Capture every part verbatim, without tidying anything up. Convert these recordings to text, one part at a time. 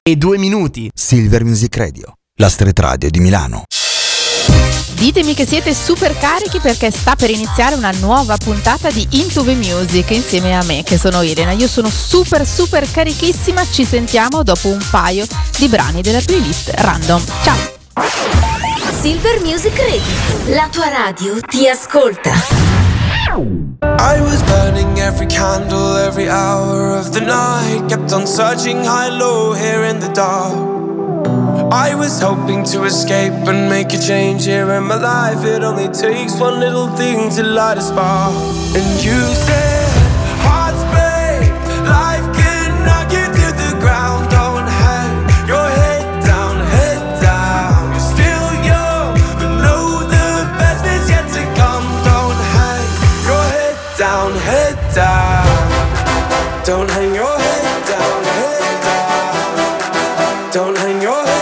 e due minuti. Silver Music Radio, la street radio di Milano. Ditemi che siete super carichi perché sta per iniziare una nuova puntata di Into the Music insieme a me, che sono Irene. Io sono super super carichissima, ci sentiamo dopo un paio di brani della playlist random. Ciao! Silver Music Radio, la tua radio ti ascolta. I was burning every candle, every hour of the night. Kept on searching high, low, here in the dark. I was hoping to escape and make a change here in my life. It only takes one little thing to light a spark. And you said, hearts break, life can knock you to the ground. Don't hang your head down, head down. You're still young, but know the best is yet to come. Don't hang your head down, head down. Don't hang your head down, head down. Don't hang your head.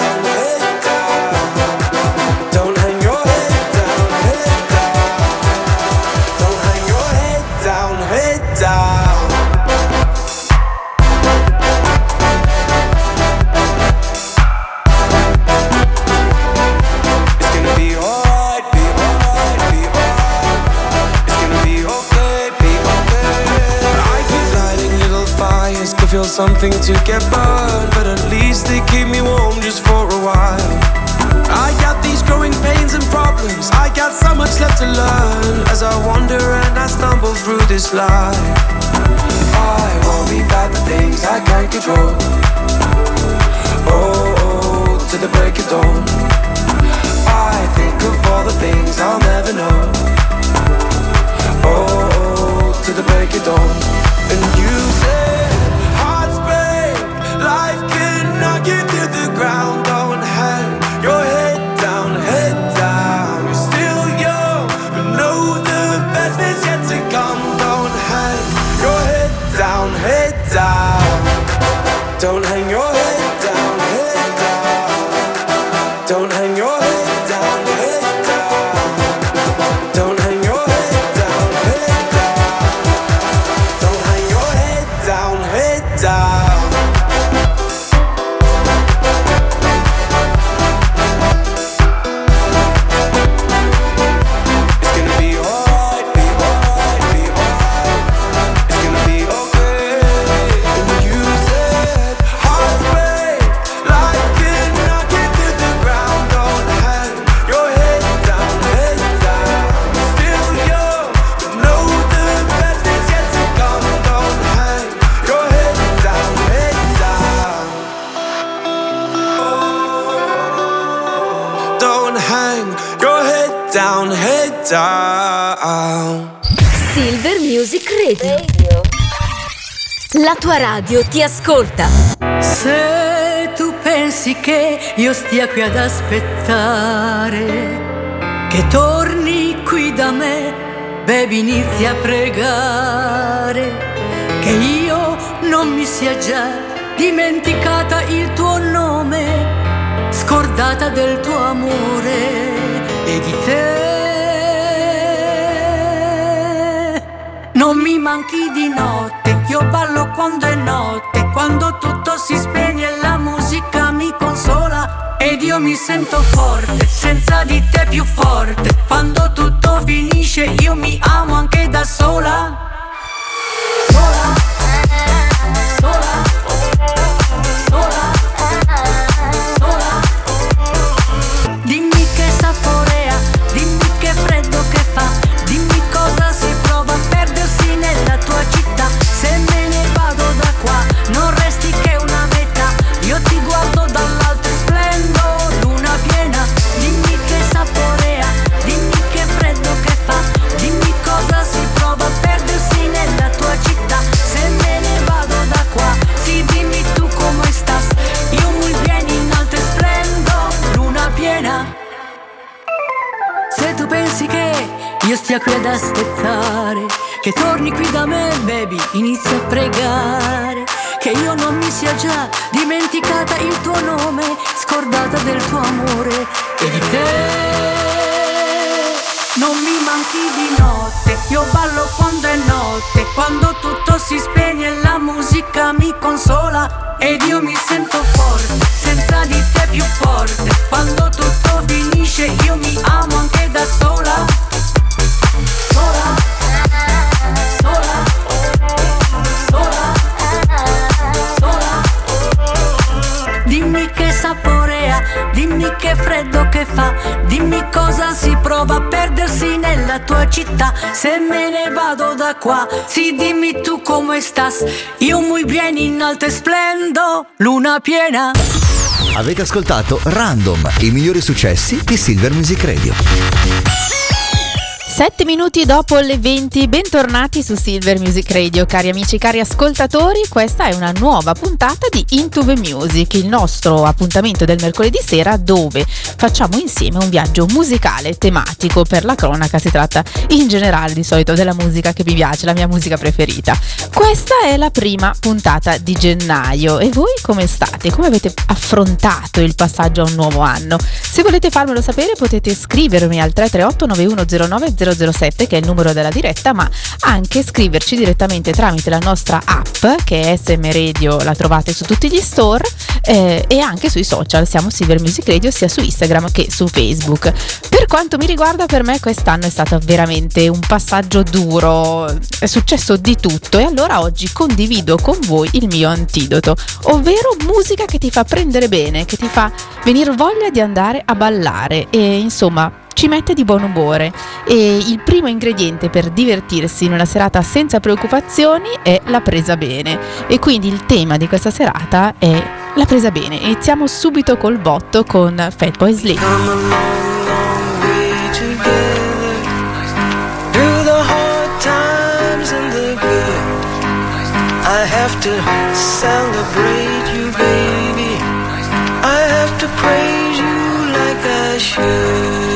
Feel something to get burned, but at least they keep me warm just for a while. I got these growing pains and problems, I got so much left to learn as I wander and I stumble through this life. I worry about the things I can't control. Oh, oh, to the break of dawn. I think of all the things I'll never know. Oh, oh, to the break of dawn. And you say life can knock you to the ground. Don't hang your head down, head down. You're still young, but know the best is yet to come. Don't hang your head down, head down. Don't hang your head down, head down. Don't hang your head down, head down. Don't hang your head down, head down. Don't hang your head down, head down. Down, head down. Silver Music Radio, la tua radio ti ascolta. Se tu pensi che io stia qui ad aspettare che torni qui da me, baby, inizia a pregare che io non mi sia già dimenticata il tuo nome, scordata del tuo amore e di te. Non mi manchi di notte, io ballo quando è notte, quando tutto si spegne e la musica mi consola ed io mi sento forte, senza di te più forte. Quando tutto finisce io mi amo anche da sola. Sola, sola, sola, sola. Dimmi che saporea, dimmi che freddo che fa, dimmi cosa si prova a perdersi nella tua città. Se me ne vado da qua non resti che una metà, io ti guardo dall'alto e splendo luna piena. Dimmi che saporea, dimmi che freddo che fa, dimmi cosa si prova a perdersi nella tua città. Se me ne vado da qua, sì, dimmi tu come stas, io muy bien in alto e splendo luna piena. Se tu pensi che io stia qui ad aspettare che torni qui da me, baby, inizia a pregare che io non mi sia già dimenticata il tuo nome, scordata del tuo amore e di te. Non mi manchi di notte, io ballo quando è notte, quando tutto si spegne la musica mi consola ed io mi sento forte, senza di te più forte, quando tutto finisce io mi amo anche da sola. Sola, sola, sola, sola. Dimmi che saporea, dimmi che freddo che fa, dimmi cosa si prova a perdersi nella tua città. Se me ne vado da qua, sì dimmi tu come stas. Io muy bien in alto e splendo, luna piena. Avete ascoltato Random, i migliori successi di Silver Music Radio. Sette minuti dopo le venti, bentornati su Silver Music Radio, cari amici, cari ascoltatori. Questa è una nuova puntata di Into the Music, il nostro appuntamento del mercoledì sera dove facciamo insieme un viaggio musicale tematico. Per la cronaca si tratta in generale di solito della musica che mi piace, la mia musica preferita. Questa è la prima puntata di gennaio e voi come state? Come avete affrontato il passaggio a un nuovo anno? Se volete farmelo sapere potete scrivermi al tre tre otto nove uno zero nove zero zero sette che è il numero della diretta, ma anche scriverci direttamente tramite la nostra app che è S M Radio, la trovate su tutti gli store eh, e anche sui social, siamo Silver Music Radio sia su Instagram che su Facebook. Per quanto mi riguarda, per me quest'anno è stato veramente un passaggio duro, è successo di tutto e allora oggi condivido con voi il mio antidoto, ovvero musica che ti fa prendere bene, che ti fa venire voglia di andare a ballare e insomma ci mette di buon umore. E il primo ingrediente per divertirsi in una serata senza preoccupazioni è la presa bene, e quindi il tema di questa serata è la presa bene. Iniziamo subito col botto con Fatboy Slim. I have to celebrate you, baby. I have to praise you like I should.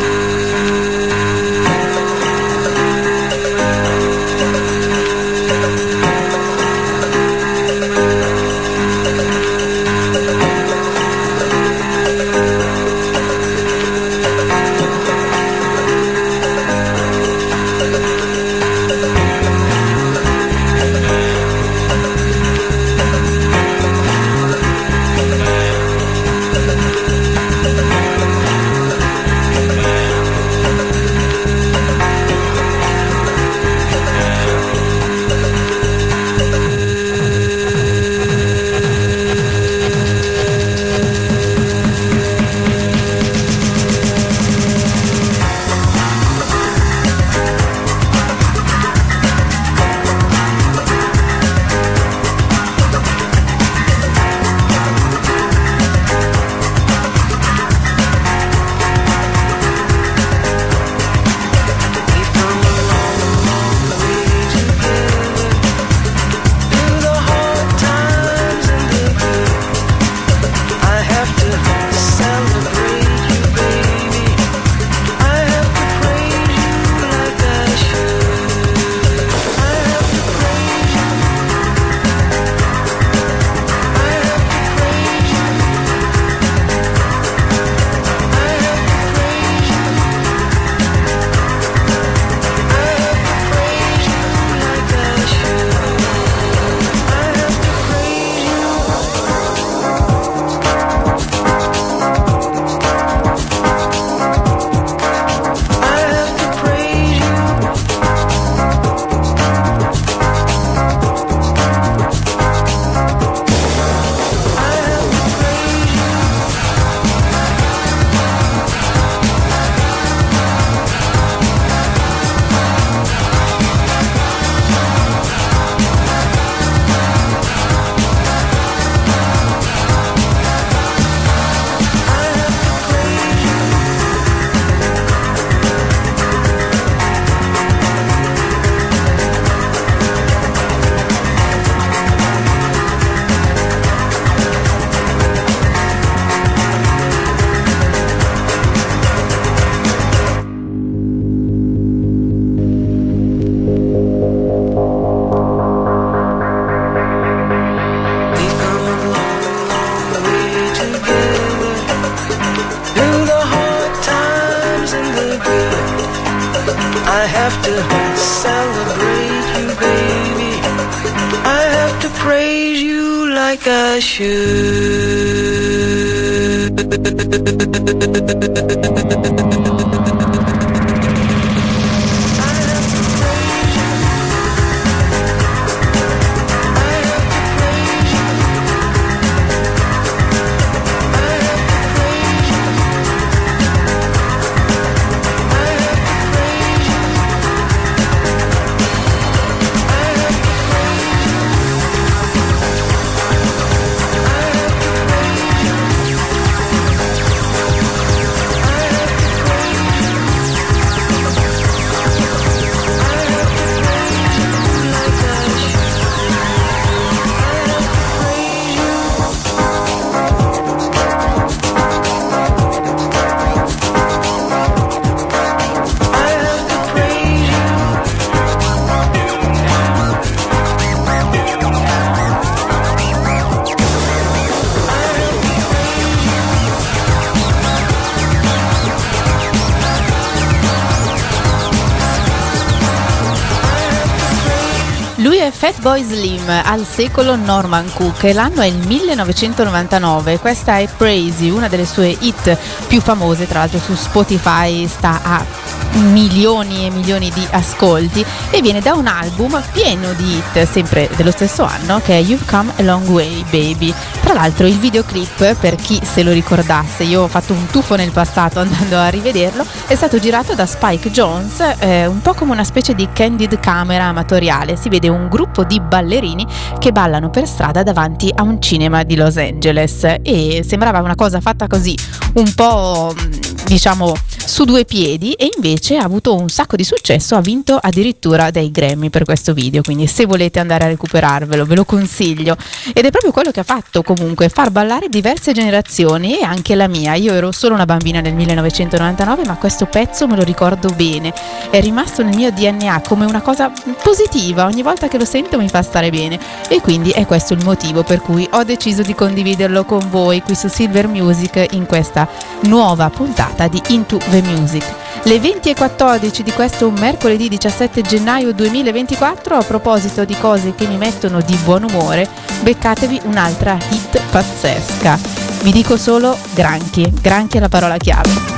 I have to celebrate you, baby. I have to praise you like I should. Lui è Fatboy Slim, al secolo Norman Cook, e l'anno è il millenovecentonovantanove. Questa è Crazy, una delle sue hit più famose, tra l'altro su Spotify sta a milioni e milioni di ascolti e viene da un album pieno di hit, sempre dello stesso anno, che è You've Come a Long Way Baby. Tra l'altro il videoclip, per chi se lo ricordasse, io ho fatto un tuffo nel passato andando a rivederlo, è stato girato da Spike Jonze, eh, un po' come una specie di candid camera amatoriale. Si vede un gruppo di ballerini che ballano per strada davanti a un cinema di Los Angeles e sembrava una cosa fatta così, un po' diciamo su due piedi, e invece ha avuto un sacco di successo, ha vinto addirittura dei Grammy per questo video, quindi se volete andare a recuperarvelo ve lo consiglio. Ed è proprio quello che ha fatto, comunque, far ballare diverse generazioni, e anche la mia. Io ero solo una bambina nel millenovecentonovantanove, ma questo pezzo me lo ricordo bene, è rimasto nel mio D N A come una cosa positiva, ogni volta che lo sento mi fa stare bene, e quindi è questo il motivo per cui ho deciso di condividerlo con voi qui su Silver Music in questa nuova puntata di Into the Music. Le venti e quattordici di questo mercoledì diciassette gennaio duemilaventiquattro. A proposito di cose che mi mettono di buon umore, beccatevi un'altra hit pazzesca. Vi dico solo granchi, granchi è la parola chiave.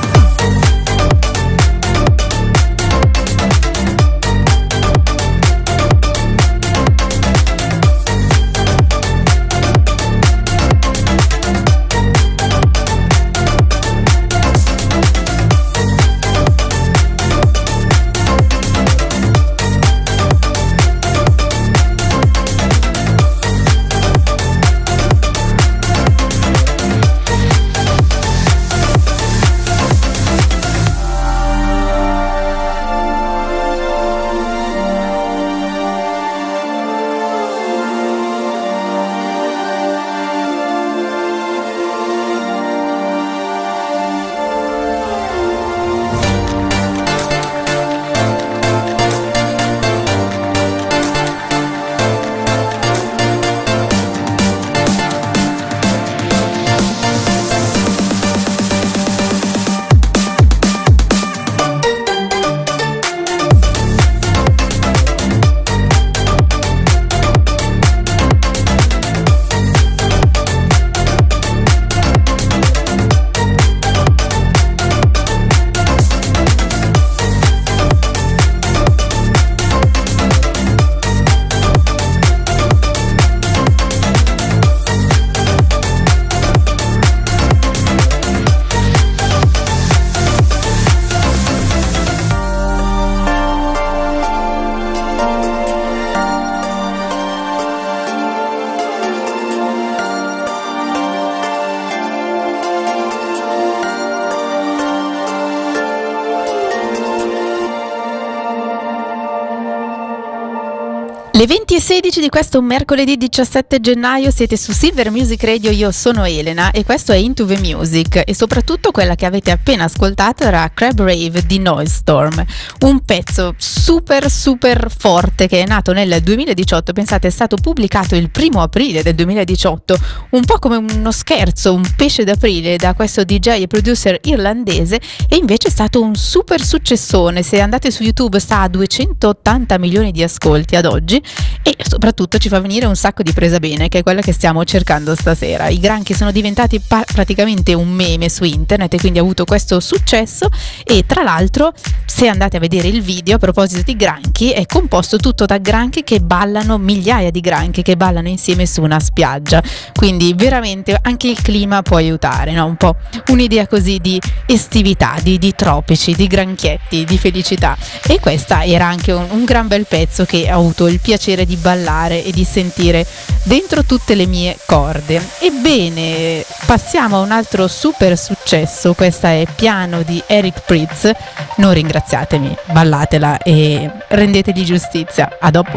Le venti e sedici di questo mercoledì diciassette gennaio siete su Silver Music Radio, io sono Elena e questo è Into the Music e soprattutto quella che avete appena ascoltato era Crab Rave di Noisestorm, un pezzo super super forte che è nato nel duemiladiciotto, pensate è stato pubblicato il primo aprile del duemiladiciotto, un po' come uno scherzo, un pesce d'aprile da questo D J e producer irlandese e invece è stato un super successone, se andate su YouTube sta a duecentottanta milioni di ascolti ad oggi. E soprattutto ci fa venire un sacco di presa bene, che è quella che stiamo cercando stasera. I granchi sono diventati pa- praticamente un meme su internet e quindi ha avuto questo successo e tra l'altro se andate a vedere il video a proposito di granchi è composto tutto da granchi che ballano, migliaia di granchi che ballano insieme su una spiaggia, quindi veramente anche il clima può aiutare, no? Un po' un'idea così di estività, di, di tropici, di granchietti, di felicità e questa era anche un, un gran bel pezzo che ho avuto il piacere di ballare e di sentire dentro tutte le mie corde. Ebbene, passiamo a un altro super successo, questa è Piano di Eric Prydz, non ringraziatemi, ballatela e rendetegli giustizia, a dopo.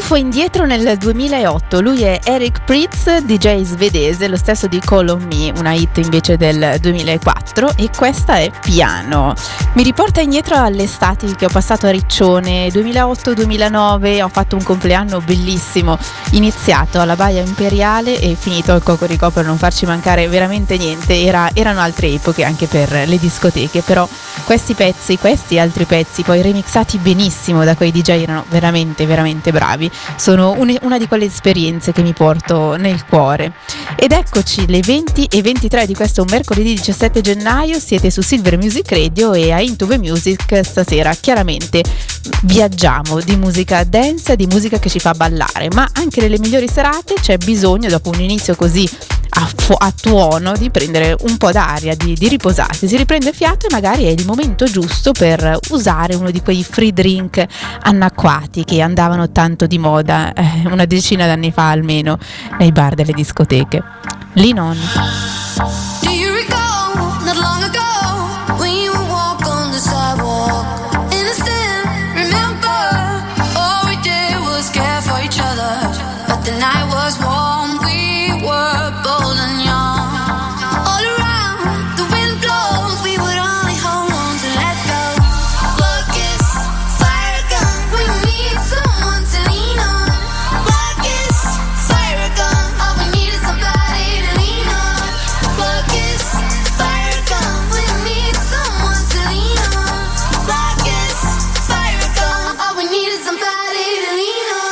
tuffo indietro nel duemilaotto. Lui è Eric Prydz, D J svedese, lo stesso di Call on Me, una hit invece del duemilaquattro, e questa è Piano. Mi riporta indietro alle estati che ho passato a Riccione, duemilaotto duemilanove. Ho fatto un compleanno bellissimo, iniziato alla Baia Imperiale e finito al Cocorico, per non farci mancare veramente niente. Era, erano altre epoche anche per le discoteche, però questi pezzi, questi altri pezzi poi remixati benissimo da quei D J erano veramente veramente bravi. Sono un, una di quelle esperienze che mi porto nel cuore. Ed eccoci le venti e ventitré di questo mercoledì diciassette gennaio. Siete su Silver Music Radio e a Into the Music stasera chiaramente viaggiamo di musica dance, di musica che ci fa ballare, ma anche nelle migliori serate c'è bisogno, dopo un inizio così a, fu- a tuono, di prendere un po' d'aria, di, di riposarsi, si riprende fiato e magari è il momento giusto per usare uno di quei free drink annacquati che andavano tanto di moda eh, una decina d'anni fa almeno nei bar delle discoteche. Lean On. Do you recall not long ago when you would walk on the sidewalk? Innocent, remember, all we did was care for each other, but the night was warm, we were bold and young. All around, the wind blows, we would only hold on to let go. Look, it's fire gun, we need someone to lean on. Look, it's fire gun, all we need is somebody to lean on. Look, it's fire gun, we need someone to lean on. Look, it's fire gun, all we need is somebody to lean on.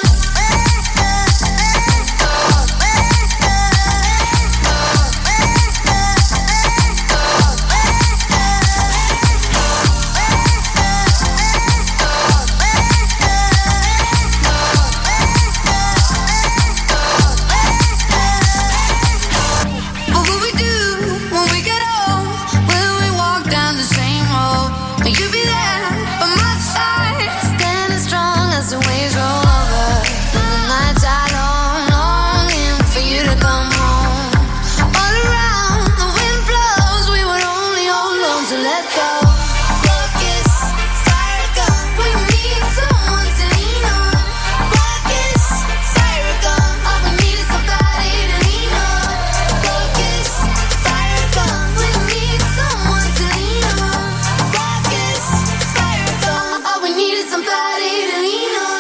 What will we do when we get old? Will we walk down the same road? Will you be there by my side, standing strong as the waves roll over? And the nights are long, longing for you to come home. All around, the wind blows, we would only hold on to let go. Look, it's fire gun, we need someone to lean on. Look, it's fire gun, all we need is somebody to lean on. Look, it's fire gun, we need someone to lean on. Look, it's fire gun, all we need is somebody to lean on.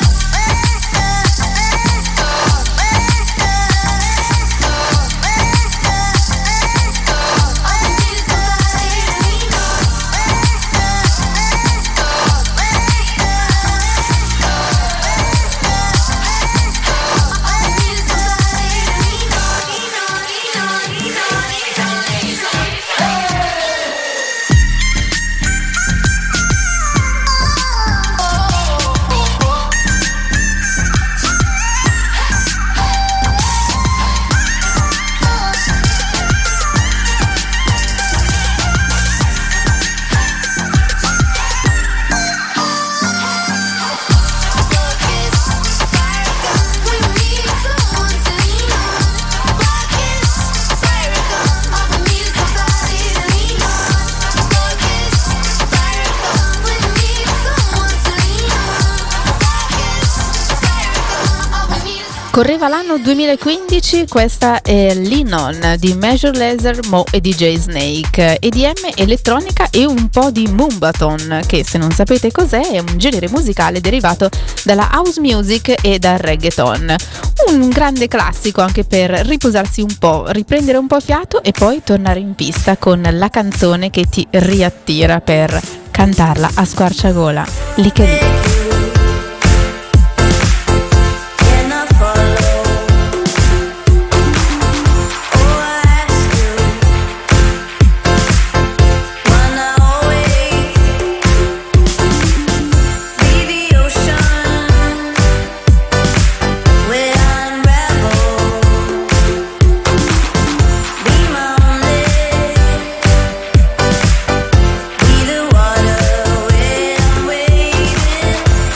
Correva l'anno duemilaquindici, questa è Lean On di Major Lazer, Mo e D J Snake. E D M, elettronica e un po' di Moombaton, che se non sapete cos'è è un genere musicale derivato dalla house music e dal reggaeton. Un grande classico anche per riposarsi un po', riprendere un po' fiato e poi tornare in pista con la canzone che ti riattira per cantarla a squarciagola, lì che lì. Be the water when I'm waiting.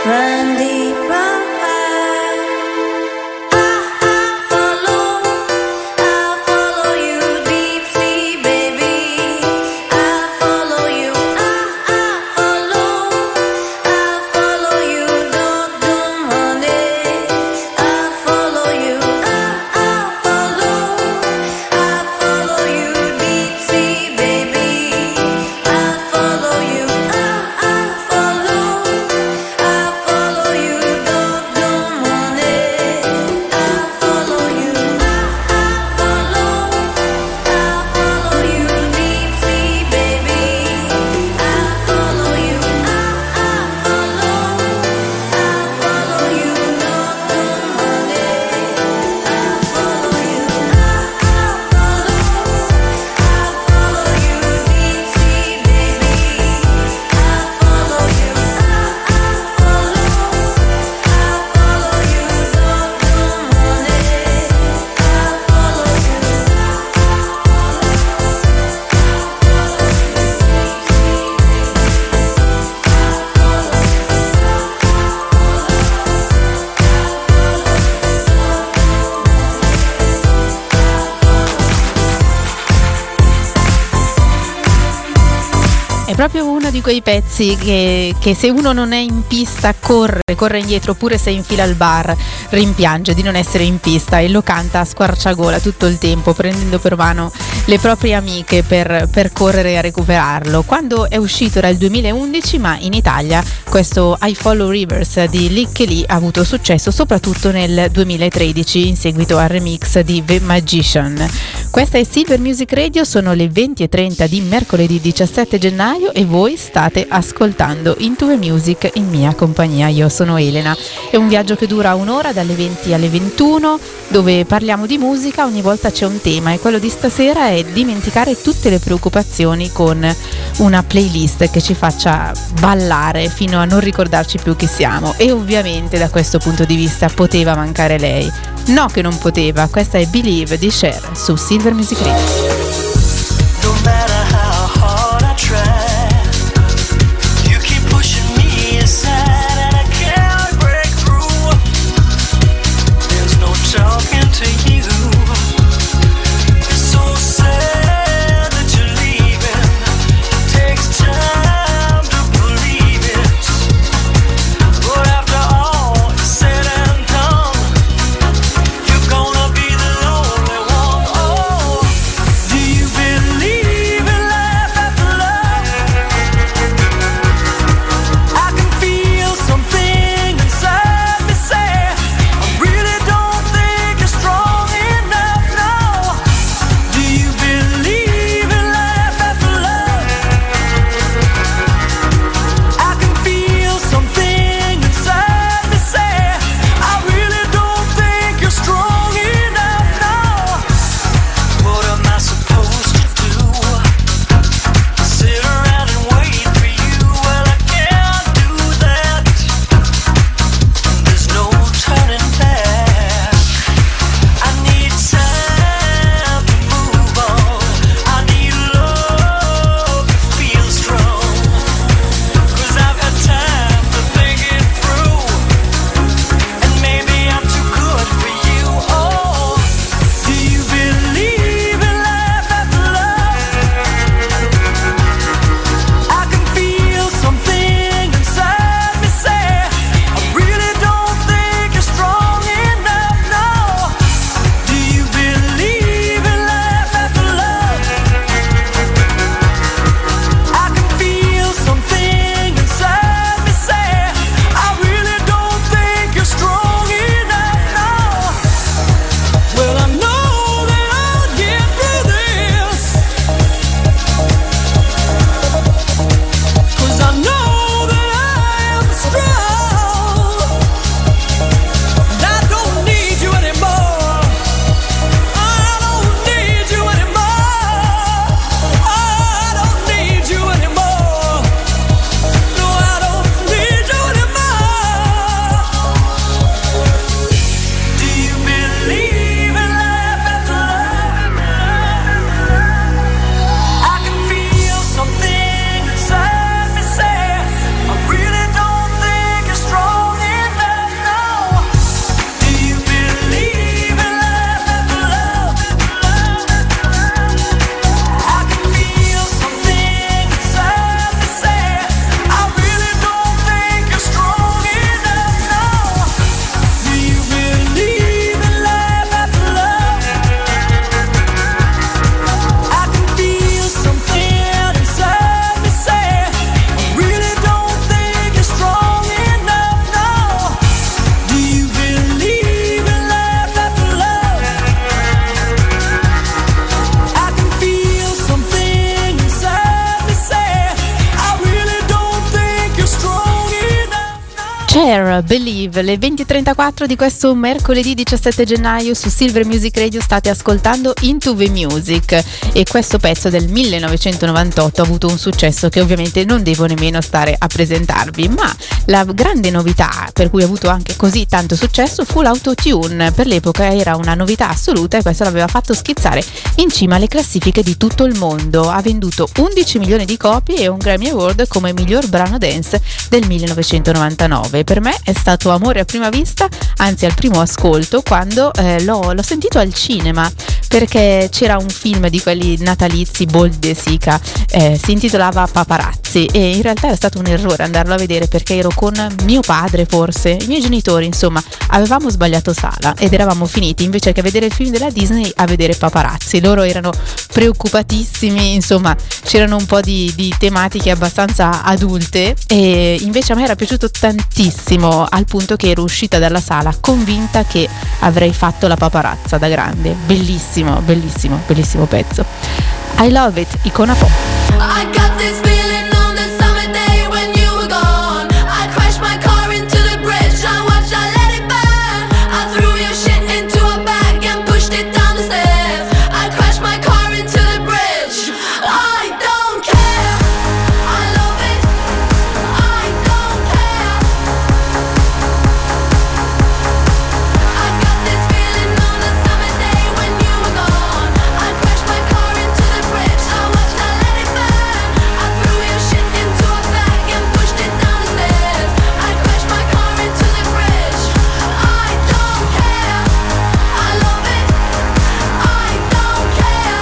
run deep, run high. I, I follow, I follow you deep sea, baby. I follow you, I, I follow, I follow you, don't do money. I follow you, I, I follow, I follow you deep sea, baby. I follow you, I, I follow, I follow you, don't do money. I follow you, I, I follow, I follow you deep sea, baby. I follow you, I, I follow, I follow you, don't do money. I follow you, I, I follow, I follow you deep sea, baby. I follow you, I, I follow, I follow you, don't do money. I follow you. È proprio uno di quei pezzi che, che se uno non è in pista corre, corre indietro, oppure se è in fila al bar rimpiange di non essere in pista e lo canta a squarciagola tutto il tempo, prendendo per mano le proprie amiche per, per correre a recuperarlo. Quando è uscito era il duemilaundici, ma in Italia questo I Follow Rivers di Lick Lee ha avuto successo soprattutto nel duemilatredici in seguito al remix di The Magician. Questa è Silver Music Radio, sono le venti e trenta di mercoledì diciassette gennaio e voi state ascoltando Into the Music in mia compagnia. Io sono Elena. È un viaggio che dura un'ora dalle venti alle ventuno, dove parliamo di musica. Ogni volta c'è un tema e quello di stasera è dimenticare tutte le preoccupazioni con una playlist che ci faccia ballare fino a non ricordarci più chi siamo. E ovviamente da questo punto di vista poteva mancare lei. No, che non poteva. Questa è Believe di Cher su Silver Music Radio. No matter how hard I try, you keep pushing me aside and I can't break through. There's no talking to you. It's so sad that you're leaving. It takes time to believe it. But after all is said and done, you're gonna be the lonely one. Oh, do you Cher, Believe, le venti e trentaquattro di questo mercoledì diciassette gennaio su Silver Music Radio state ascoltando Into the Music e questo pezzo del millenovecentonovantotto ha avuto un successo che ovviamente non devo nemmeno stare a presentarvi, ma la grande novità per cui ha avuto anche così tanto successo fu l'autotune. Per l'epoca era una novità assoluta e questo l'aveva fatto schizzare in cima alle classifiche di tutto il mondo. Ha venduto undici milioni di copie e un Grammy Award come miglior brano dance del millenovecentonovantanove. Per me è stato amore a prima vista, anzi al primo ascolto, quando eh, l'ho, l'ho sentito al cinema, perché c'era un film di quelli natalizi Bold De Sica, eh, si intitolava Paparazzi, e in realtà era stato un errore andarlo a vedere perché ero con mio padre, forse i miei genitori, insomma avevamo sbagliato sala ed eravamo finiti invece che a vedere il film della Disney a vedere Paparazzi. Loro erano preoccupatissimi, insomma c'erano un po' di, di tematiche abbastanza adulte e invece a me era piaciuto tantissimo, al punto che ero uscita dalla sala convinta che avrei fatto la paparazza da grande. Bellissimo, bellissimo, bellissimo pezzo. I Love It, Icona Pop. I got this feeling on the summer day when you were gone. I crashed my car into the bridge. I watched, I let it burn. I threw your shit into a bag and pushed it down the stairs. I crashed my car into the bridge. I don't care. I love it. I don't care. I got this feeling on the summer day when you were gone. I crashed my car into the bridge. I watched, I let it burn. I threw your shit into a bag and pushed it down the stairs. I crashed my car into the bridge. I don't care. I love it. I don't care.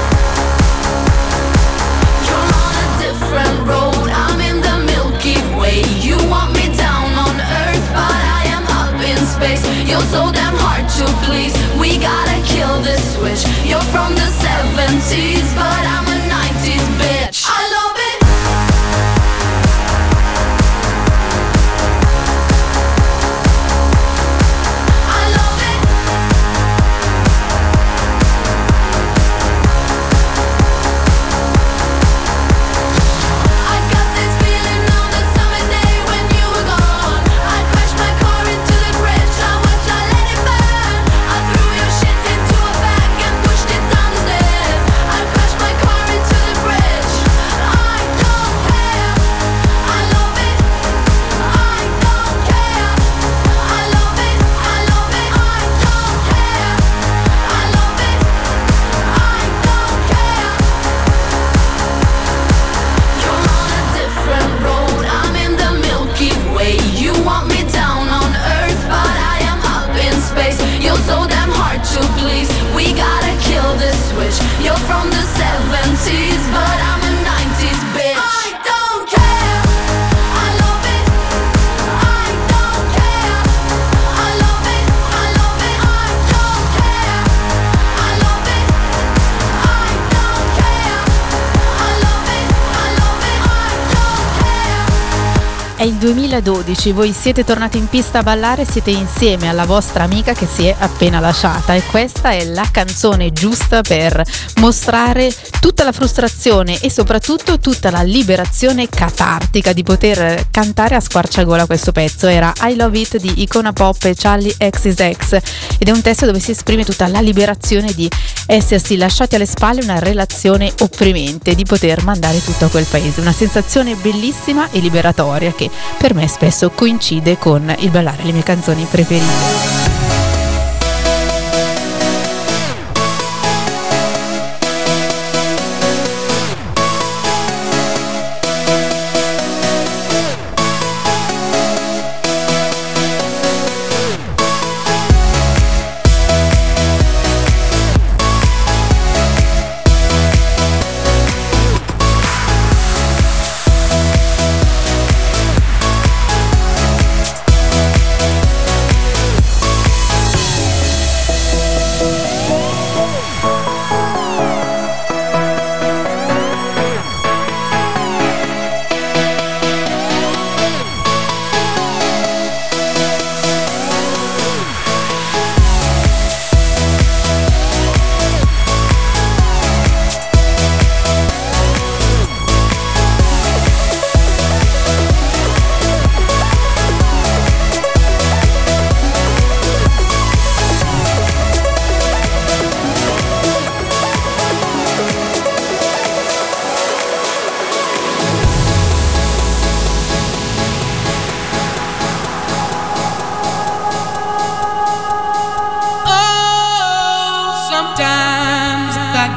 You're on a different road. I'm in the Milky Way. You want me down on Earth, but I am up in space. You're so damn hard to please. We gotta kill this switch. You're from the seventies, but I'm a nineties bitch. I love it. I love it. I got this feeling on the summer day when you were gone. I crashed my car into the bridge. I watched, I let it burn. I threw your shit into a bag and pushed it down the stairs. I crashed my car into the bridge. I don't care. I love it. I don't care. I love it. I love it. I don't care. I love it. I don't care. You're on a different road. I'm in the Milky Way. You want me down on Earth, but I am up in space. You're so damn hard to please. We gotta kill this switch. You're from the seventies, but I'm a nineties bitch. I don't care. I love it. I don't care. I love it. I love it. I don't care. I love it. I don't care. I love it. I love it. I don't care. È il duemiladodici, voi siete tornati in pista a ballare, siete insieme alla vostra amica che si è appena lasciata e questa è la canzone giusta per mostrare tutta la frustrazione e soprattutto tutta la liberazione catartica di poter cantare a squarciagola questo pezzo. Era I Love It di Icona Pop e Charlie X X X ed è un testo dove si esprime tutta la liberazione di essersi lasciati alle spalle una relazione opprimente, di poter mandare tutto a quel paese, una sensazione bellissima e liberatoria che per me spesso coincide con il ballare le mie canzoni preferite. I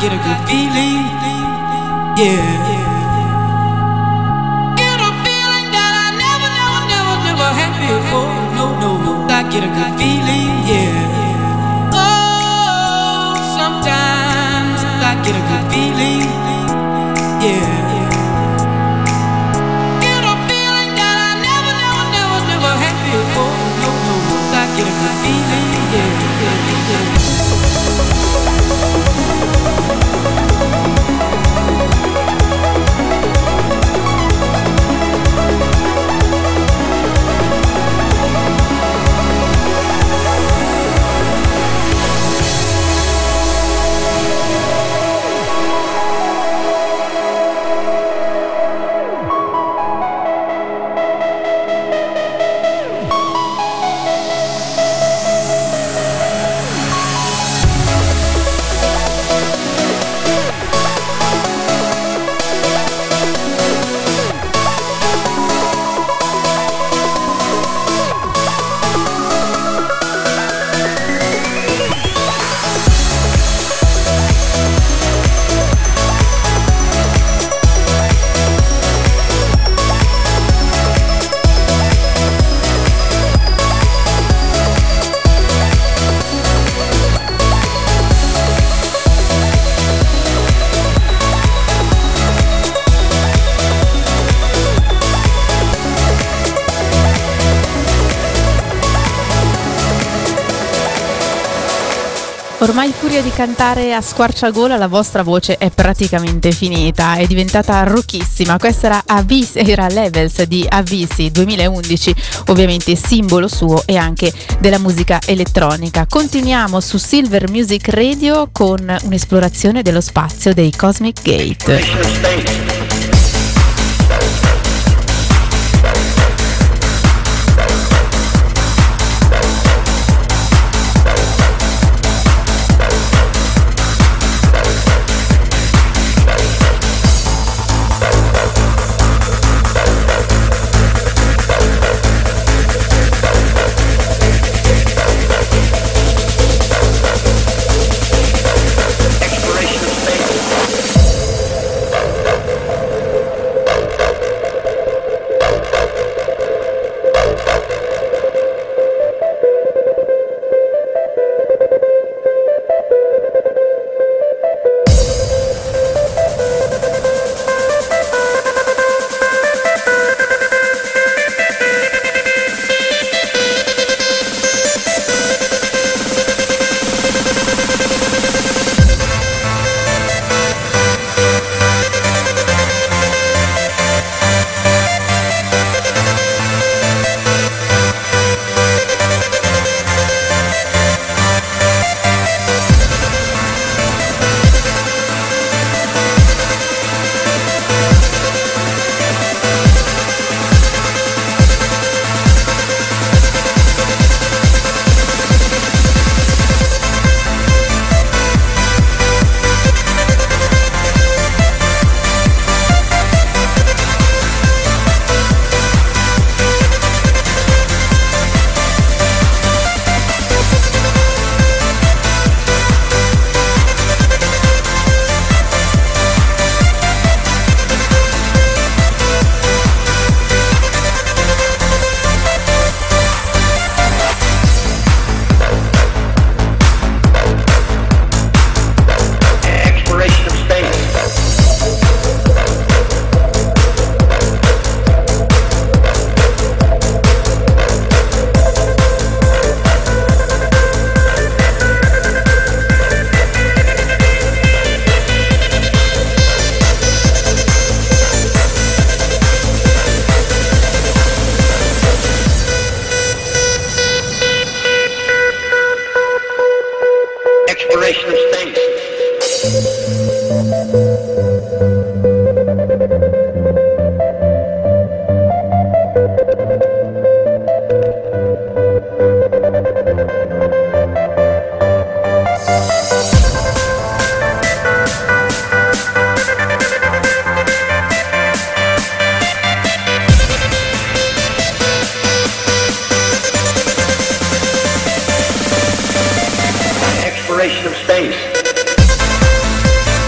get a good feeling, yeah. Get a feeling that I never, never, never, never had before. No, no, no, I get a good feeling, yeah. Oh, sometimes I get a good feeling, yeah. Get a feeling that I never, never, never, never had before. No, no, no, I get a good feeling, yeah, yeah, yeah. Ormai furia di cantare a squarciagola, la vostra voce è praticamente finita, è diventata rocchissima. Questa era Avicii, era Levels di Avicii duemilaundici, ovviamente simbolo suo e anche della musica elettronica. Continuiamo su Silver Music Radio con un'esplorazione dello spazio dei Cosmic Gate. Exploration of space.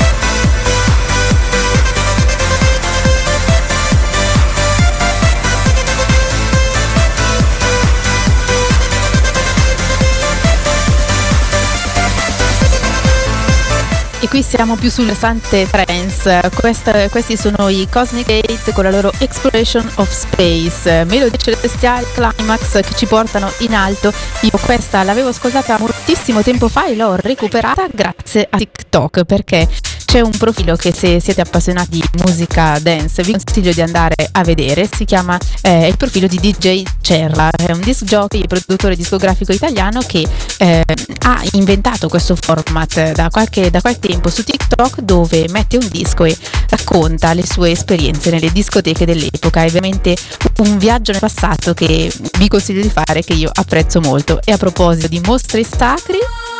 qui siamo più sul versante trance. Questa, questi sono i Cosmic Gate con la loro Exploration of Space, melodie celestiali, climax che ci portano in alto. Io questa l'avevo ascoltata moltissimo tempo fa e l'ho recuperata grazie a TikTok, perché c'è un profilo che, se siete appassionati di musica dance, vi consiglio di andare a vedere. Si chiama eh, il profilo di D J Cerla, è un disc jockey e produttore discografico italiano che eh, ha inventato questo format da qualche, da qualche tempo su TikTok, dove mette un disco e racconta le sue esperienze nelle discoteche dell'epoca. È veramente un viaggio nel passato che vi consiglio di fare, che io apprezzo molto. E a proposito di mostri sacri,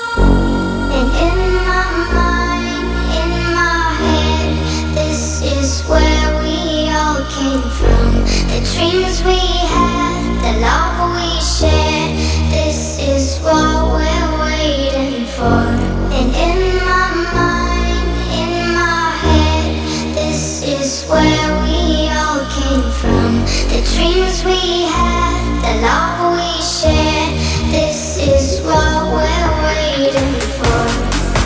where we all came from, the dreams we had, the love we shared, this is what we're waiting for. And in my mind, in my head, this is where we all came from, the dreams we had, the love we shared, this is what we're waiting for.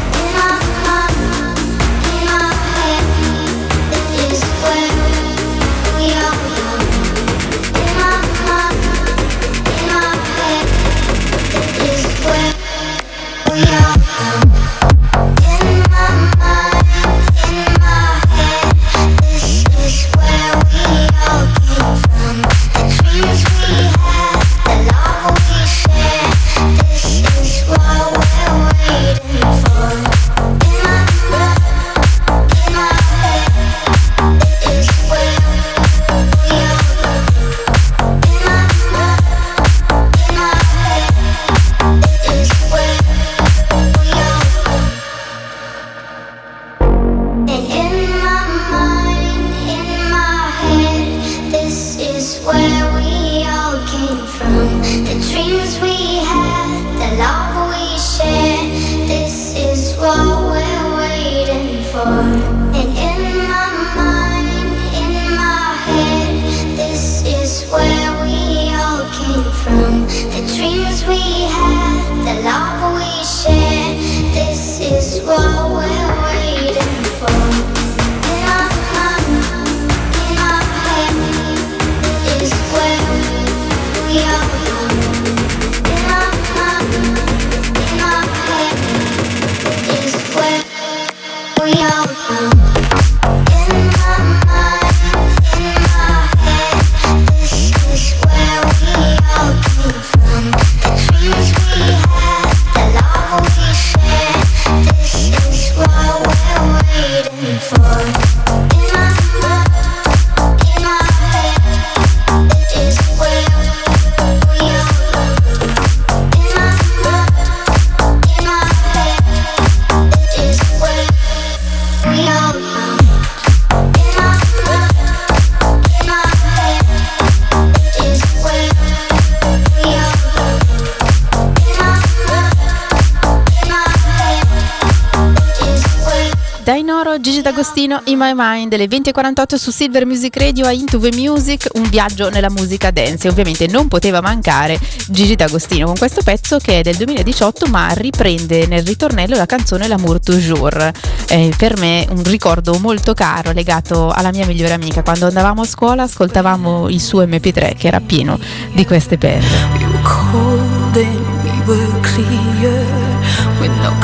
Gigi D'Agostino, In My Mind, delle venti e quarantotto su Silver Music Radio a Into the Music, un viaggio nella musica dance. E ovviamente non poteva mancare Gigi D'Agostino con questo pezzo, che è del duemiladiciotto, ma riprende nel ritornello la canzone L'amour toujours. È per me un ricordo molto caro, legato alla mia migliore amica. Quando andavamo a scuola ascoltavamo il suo emme pi tre, che era pieno di queste perle. We were cold and we were clear, with no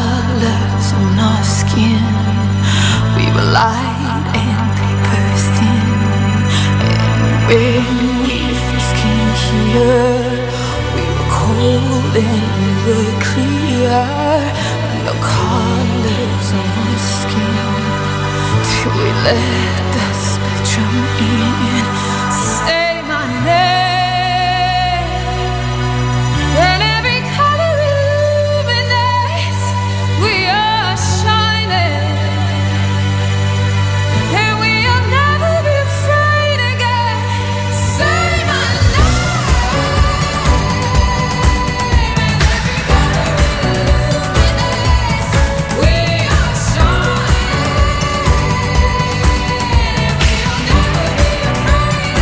colors on our skin. We were light and they burst in. And when we first came here, we were cold and we were clear, with no colors on our skin. Till we let the spectrum in. Say my name, and every color illuminates. We are shining. Free.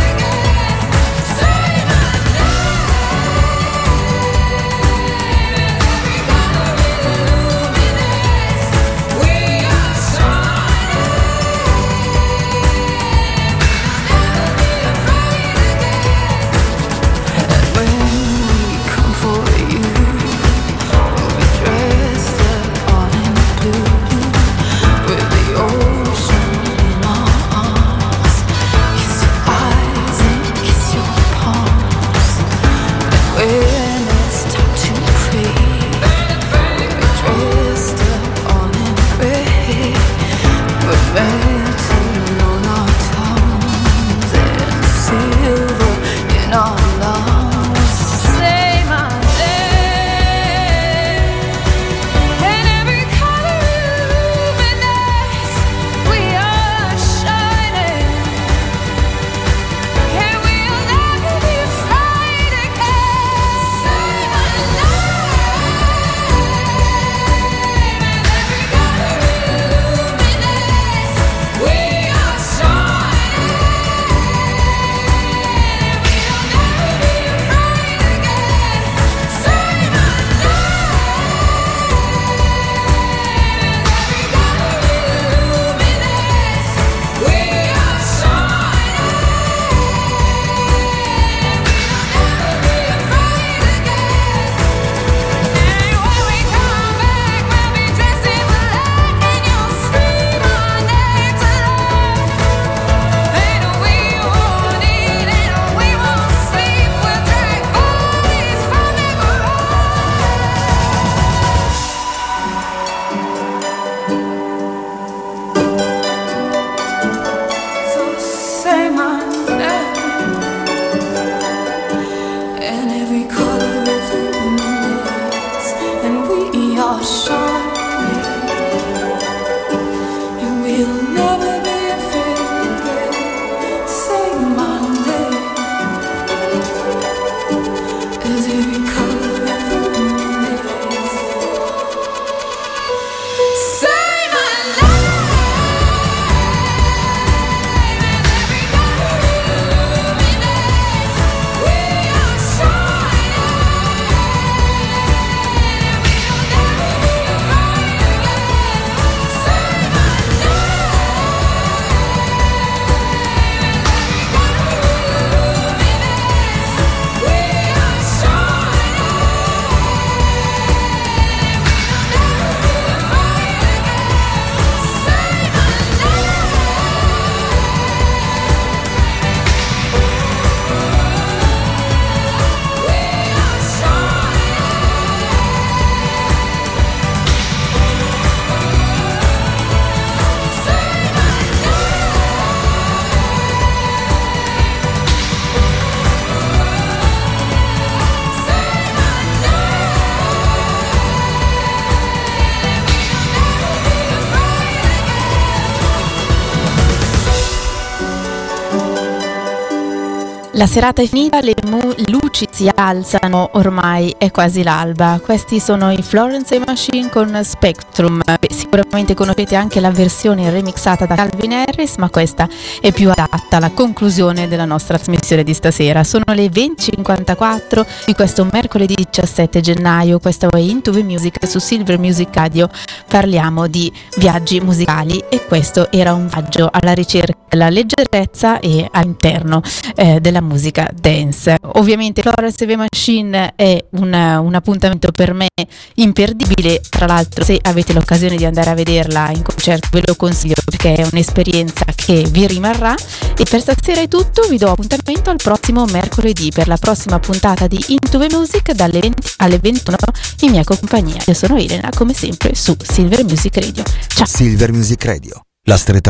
La serata è finita, le mu- luci si alzano, ormai è quasi l'alba. Questi sono i Florence and the Machine con Spectrum. Beh, sicuramente conoscete anche la versione remixata da Calvin Harris, ma questa è più adatta alla conclusione della nostra trasmissione di stasera. Sono le venti e cinquantaquattro di questo mercoledì diciassette gennaio. Questo è Into the Music su Silver Music Radio. Parliamo di viaggi musicali e questo era un viaggio alla ricerca della leggerezza e all'interno eh, della musica dance. Ovviamente Florence and the Machine è un, un appuntamento per me imperdibile. Tra l'altro, se avete l'occasione di andare a vederla in concerto ve lo consiglio, perché è un'esperienza che vi rimarrà. E per stasera è tutto, vi do appuntamento al prossimo mercoledì per la prossima puntata di Into the Music dalle venti alle ventuno in mia compagnia. Io sono Elena, come sempre su Silver Music Radio. Ciao. Silver Music Radio, la stretta